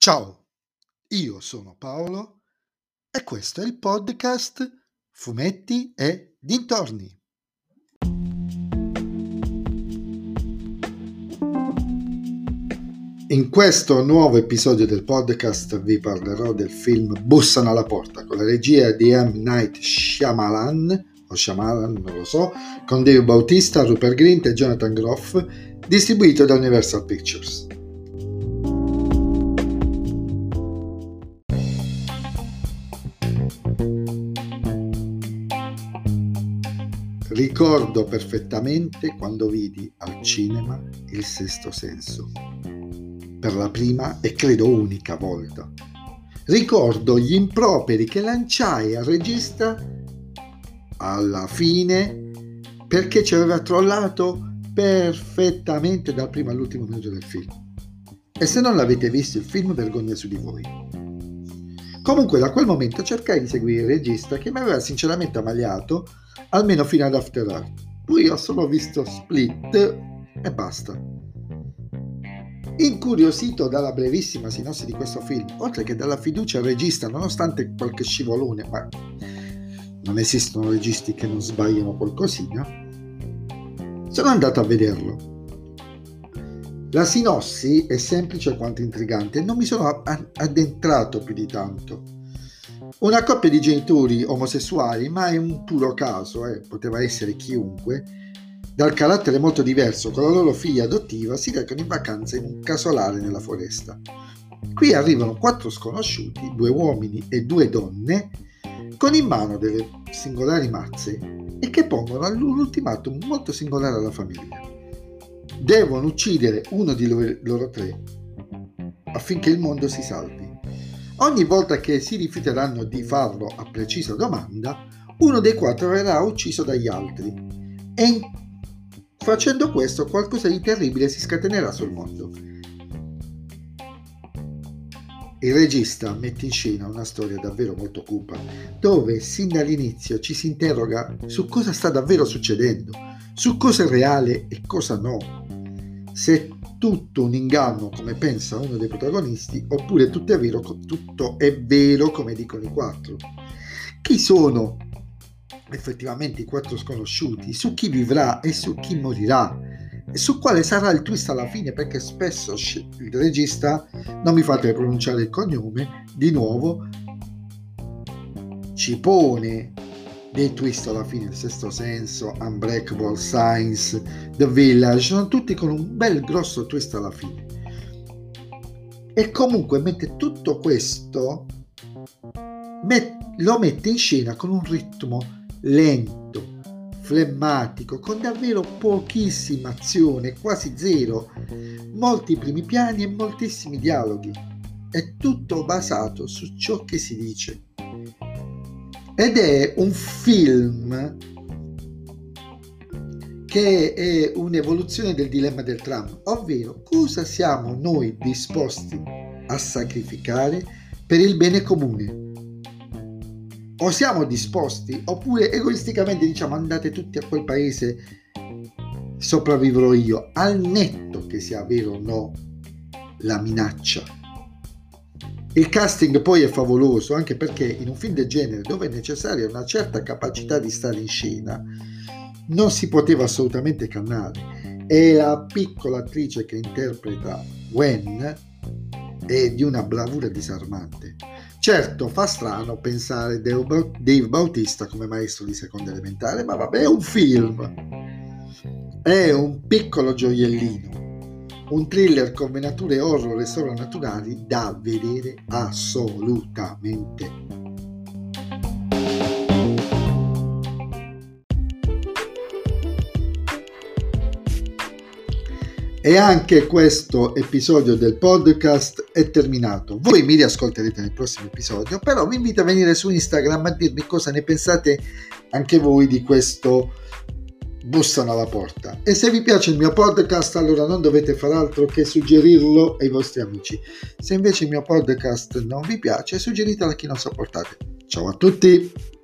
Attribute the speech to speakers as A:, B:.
A: Ciao, io sono Paolo e questo è il podcast Fumetti e Dintorni. In questo nuovo episodio del podcast vi parlerò del film Bussano alla porta con la regia di M. Night Shyamalan, o Shyamalan, non lo so, con Dave Bautista, Rupert Grint e Jonathan Groff, distribuito da Universal Pictures. Ricordo perfettamente quando vidi al cinema Il Sesto Senso, per la prima e credo unica volta. Ricordo gli improperi che lanciai al regista alla fine perché ci aveva trollato perfettamente dal primo all'ultimo minuto del film. E se non l'avete visto il film, vergogna su di voi. Comunque da quel momento cercai di seguire il regista che mi aveva sinceramente ammaliato almeno fino ad After Earth. Poi ho solo visto Split e basta. Incuriosito dalla brevissima sinossi di questo film, oltre che dalla fiducia al regista, nonostante qualche scivolone, ma non esistono registi che non sbagliano qualcosina, sono andato a vederlo. La sinossi è semplice quanto intrigante e non mi sono addentrato più di tanto. Una coppia di genitori omosessuali, ma è un puro caso, poteva essere chiunque, dal carattere molto diverso con la loro figlia adottiva, si recano in vacanza in un casolare nella foresta. Qui arrivano 4 sconosciuti, 2 uomini e 2 donne, con in mano delle singolari mazze e che pongono l'ultimatum molto singolare alla famiglia. Devono uccidere uno di loro 3 affinché il mondo si salvi. Ogni volta che si rifiuteranno di farlo a precisa domanda, uno dei 4 verrà ucciso dagli altri e facendo questo qualcosa di terribile si scatenerà sul mondo. Il regista mette in scena una storia davvero molto cupa, dove sin dall'inizio ci si interroga su cosa sta davvero succedendo, su cosa è reale e cosa no, se è tutto un inganno come pensa uno dei protagonisti oppure tutto è vero come dicono i 4. Chi sono effettivamente i 4 sconosciuti, su chi vivrà e su chi morirà, e su quale sarà il twist alla fine, perché spesso il regista, non mi fate pronunciare il cognome, di nuovo ci pone dei twist alla fine. Il Sesto Senso, Unbreakable, Signs, The Village, sono tutti con un bel grosso twist alla fine. E comunque mette tutto questo, lo mette in scena con un ritmo lento, flemmatico, con davvero pochissima azione, quasi zero, molti primi piani e moltissimi dialoghi. È tutto basato su ciò che si dice. Ed è un film che è un'evoluzione del dilemma del tram, ovvero cosa siamo noi disposti a sacrificare per il bene comune. O siamo disposti, oppure egoisticamente diciamo andate tutti a quel paese, sopravvivrò io, al netto che sia vero o no la minaccia. Il casting poi è favoloso, anche perché in un film del genere, dove è necessaria una certa capacità di stare in scena, non si poteva assolutamente cannare. E la piccola attrice che interpreta Gwen è di una bravura disarmante. Certo, fa strano pensare Dave Bautista come maestro di seconda elementare, ma vabbè, è un film. È un piccolo gioiellino. Un thriller con venature horror e sovrannaturali da vedere assolutamente. E anche questo episodio del podcast è terminato. Voi mi riascolterete nel prossimo episodio, però vi invito a venire su Instagram a dirmi cosa ne pensate anche voi di questo Bussano alla porta. E se vi piace il mio podcast, allora non dovete far altro che suggerirlo ai vostri amici. Se invece il mio podcast non vi piace, suggeritelo a chi non sopportate. Ciao a tutti!